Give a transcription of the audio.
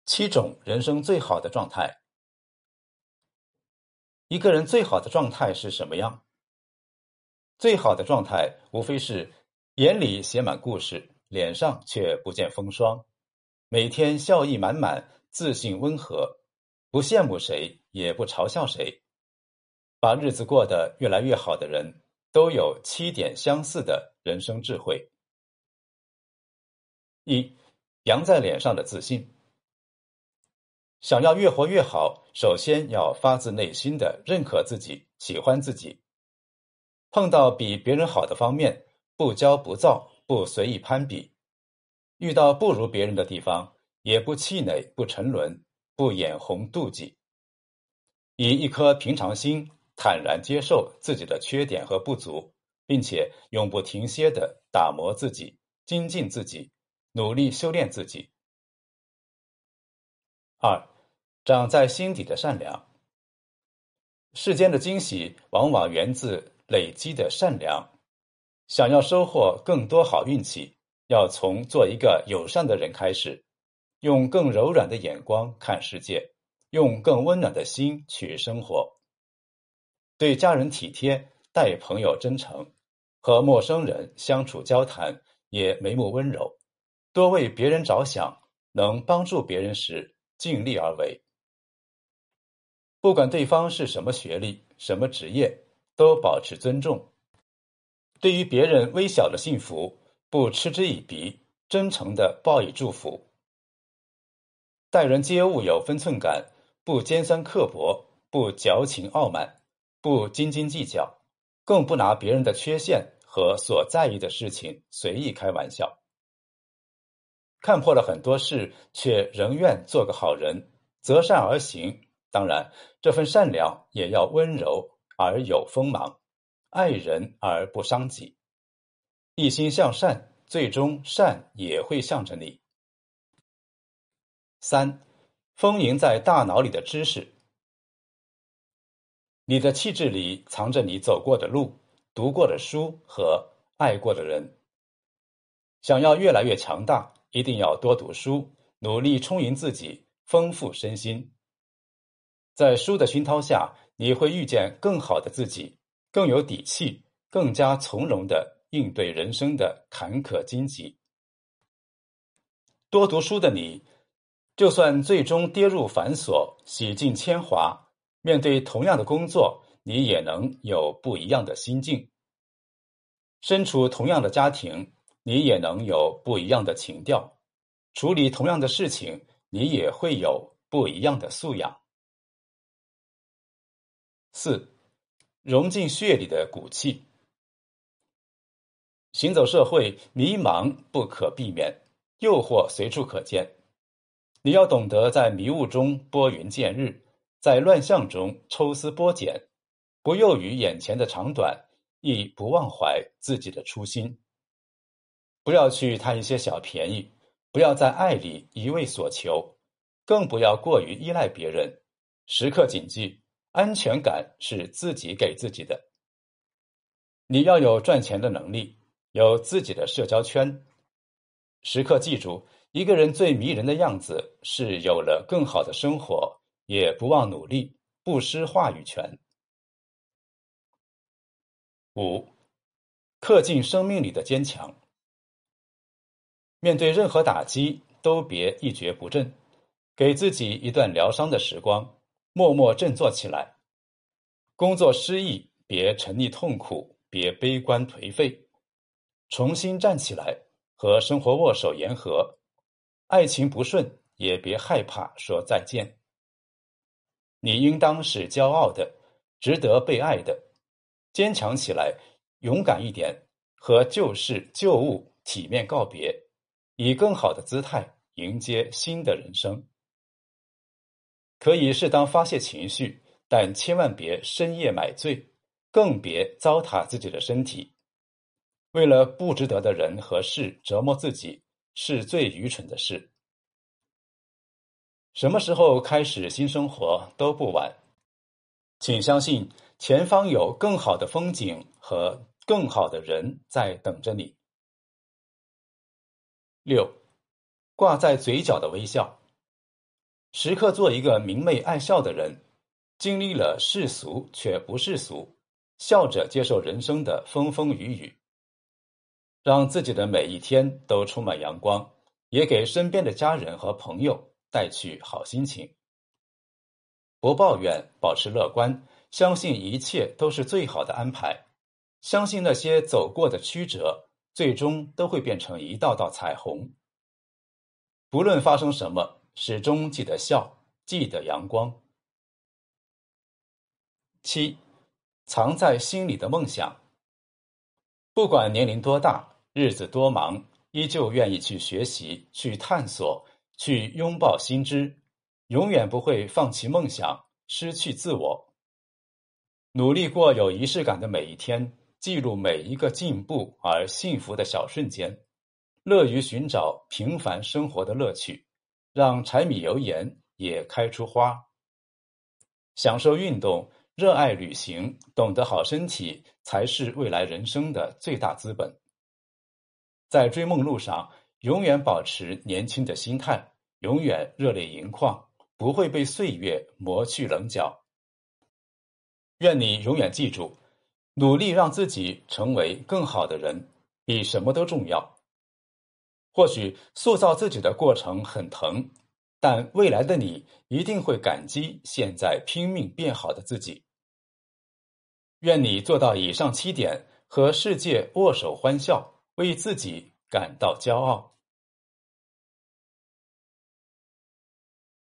7种人生最好的状态。一个人最好的状态是什么样？最好的状态无非是眼里写满故事，脸上却不见风霜，每天笑意满满，自信温和，不羡慕谁，也不嘲笑谁，把日子过得越来越好的人，都有7点相似的人生智慧。一，扬在脸上的自信。想要越活越好，首先要发自内心的认可自己，喜欢自己。碰到比别人好的方面，不骄不躁，不随意攀比；遇到不如别人的地方，也不气馁，不沉沦，不眼红妒忌。以一颗平常心，坦然接受自己的缺点和不足，并且永不停歇地打磨自己，精进自己，努力修炼自己。二，长在心底的善良。世间的惊喜往往源自累积的善良。想要收获更多好运气，要从做一个友善的人开始，用更柔软的眼光看世界，用更温暖的心去生活。对家人体贴，待朋友真诚，和陌生人相处交谈也眉目温柔，多为别人着想，能帮助别人时尽力而为。不管对方是什么学历、什么职业，都保持尊重。对于别人微小的幸福，不嗤之以鼻，真诚地报以祝福。待人接物有分寸感，不尖酸刻薄，不矫情傲慢，不斤斤计较，更不拿别人的缺陷和所在意的事情随意开玩笑。看破了很多事，却仍愿做个好人，择善而行。当然，这份善良也要温柔而有锋芒，爱人而不伤己。一心向善，最终善也会向着你。三，丰盈在大脑里的知识。你的气质里藏着你走过的路、读过的书和爱过的人。想要越来越强大，一定要多读书，努力充盈自己，丰富身心。在书的熏陶下，你会遇见更好的自己，更有底气，更加从容地应对人生的坎坷荆棘。多读书的你，就算最终跌入繁琐，洗尽铅华，面对同样的工作，你也能有不一样的心境。身处同样的家庭，你也能有不一样的情调。处理同样的事情，你也会有不一样的素养。四，融进血里的骨气。行走社会，迷茫不可避免，诱惑随处可见。你要懂得在迷雾中拨云见日，在乱象中抽丝剥茧，不囿于眼前的长短，亦不忘怀自己的初心。不要去贪一些小便宜，不要在爱里一味所求，更不要过于依赖别人。时刻谨记，安全感是自己给自己的。你要有赚钱的能力，有自己的社交圈。时刻记住，一个人最迷人的样子是有了更好的生活，也不忘努力，不失话语权。五，刻进生命里的坚强。面对任何打击，都别一蹶不振，给自己一段疗伤的时光，默默振作起来。工作失意，别沉溺痛苦，别悲观颓废，重新站起来，和生活握手言和。爱情不顺，也别害怕说再见。你应当是骄傲的，值得被爱的。坚强起来，勇敢一点，和旧事旧物体面告别，以更好的姿态迎接新的人生。可以适当发泄情绪，但千万别深夜买醉，更别糟蹋自己的身体。为了不值得的人和事折磨自己，是最愚蠢的事。什么时候开始新生活都不晚，请相信前方有更好的风景和更好的人在等着你。六，挂在嘴角的微笑。 时刻做一个明媚爱笑的人，经历了世俗却不世俗，笑着接受人生的风风雨雨，让自己的每一天都充满阳光，也给身边的家人和朋友带去好心情。不抱怨，保持乐观，相信一切都是最好的安排，相信那些走过的曲折，最终都会变成一道道彩虹。不论发生什么，始终记得笑，记得阳光。7. 藏在心里的梦想。不管年龄多大，日子多忙，依旧愿意去学习，去探索，去拥抱新知，永远不会放弃梦想，失去自我。努力过有仪式感的每一天，记录每一个进步而幸福的小瞬间，乐于寻找平凡生活的乐趣，让柴米油盐也开出花。享受运动，热爱旅行，懂得好身体才是未来人生的最大资本。在追梦路上，永远保持年轻的心态，永远热泪盈眶，不会被岁月磨去棱角。愿你永远记住，努力让自己成为更好的人，比什么都重要。或许塑造自己的过程很疼，但未来的你一定会感激现在拼命变好的自己。愿你做到以上7点，和世界握手欢笑，为自己感到骄傲。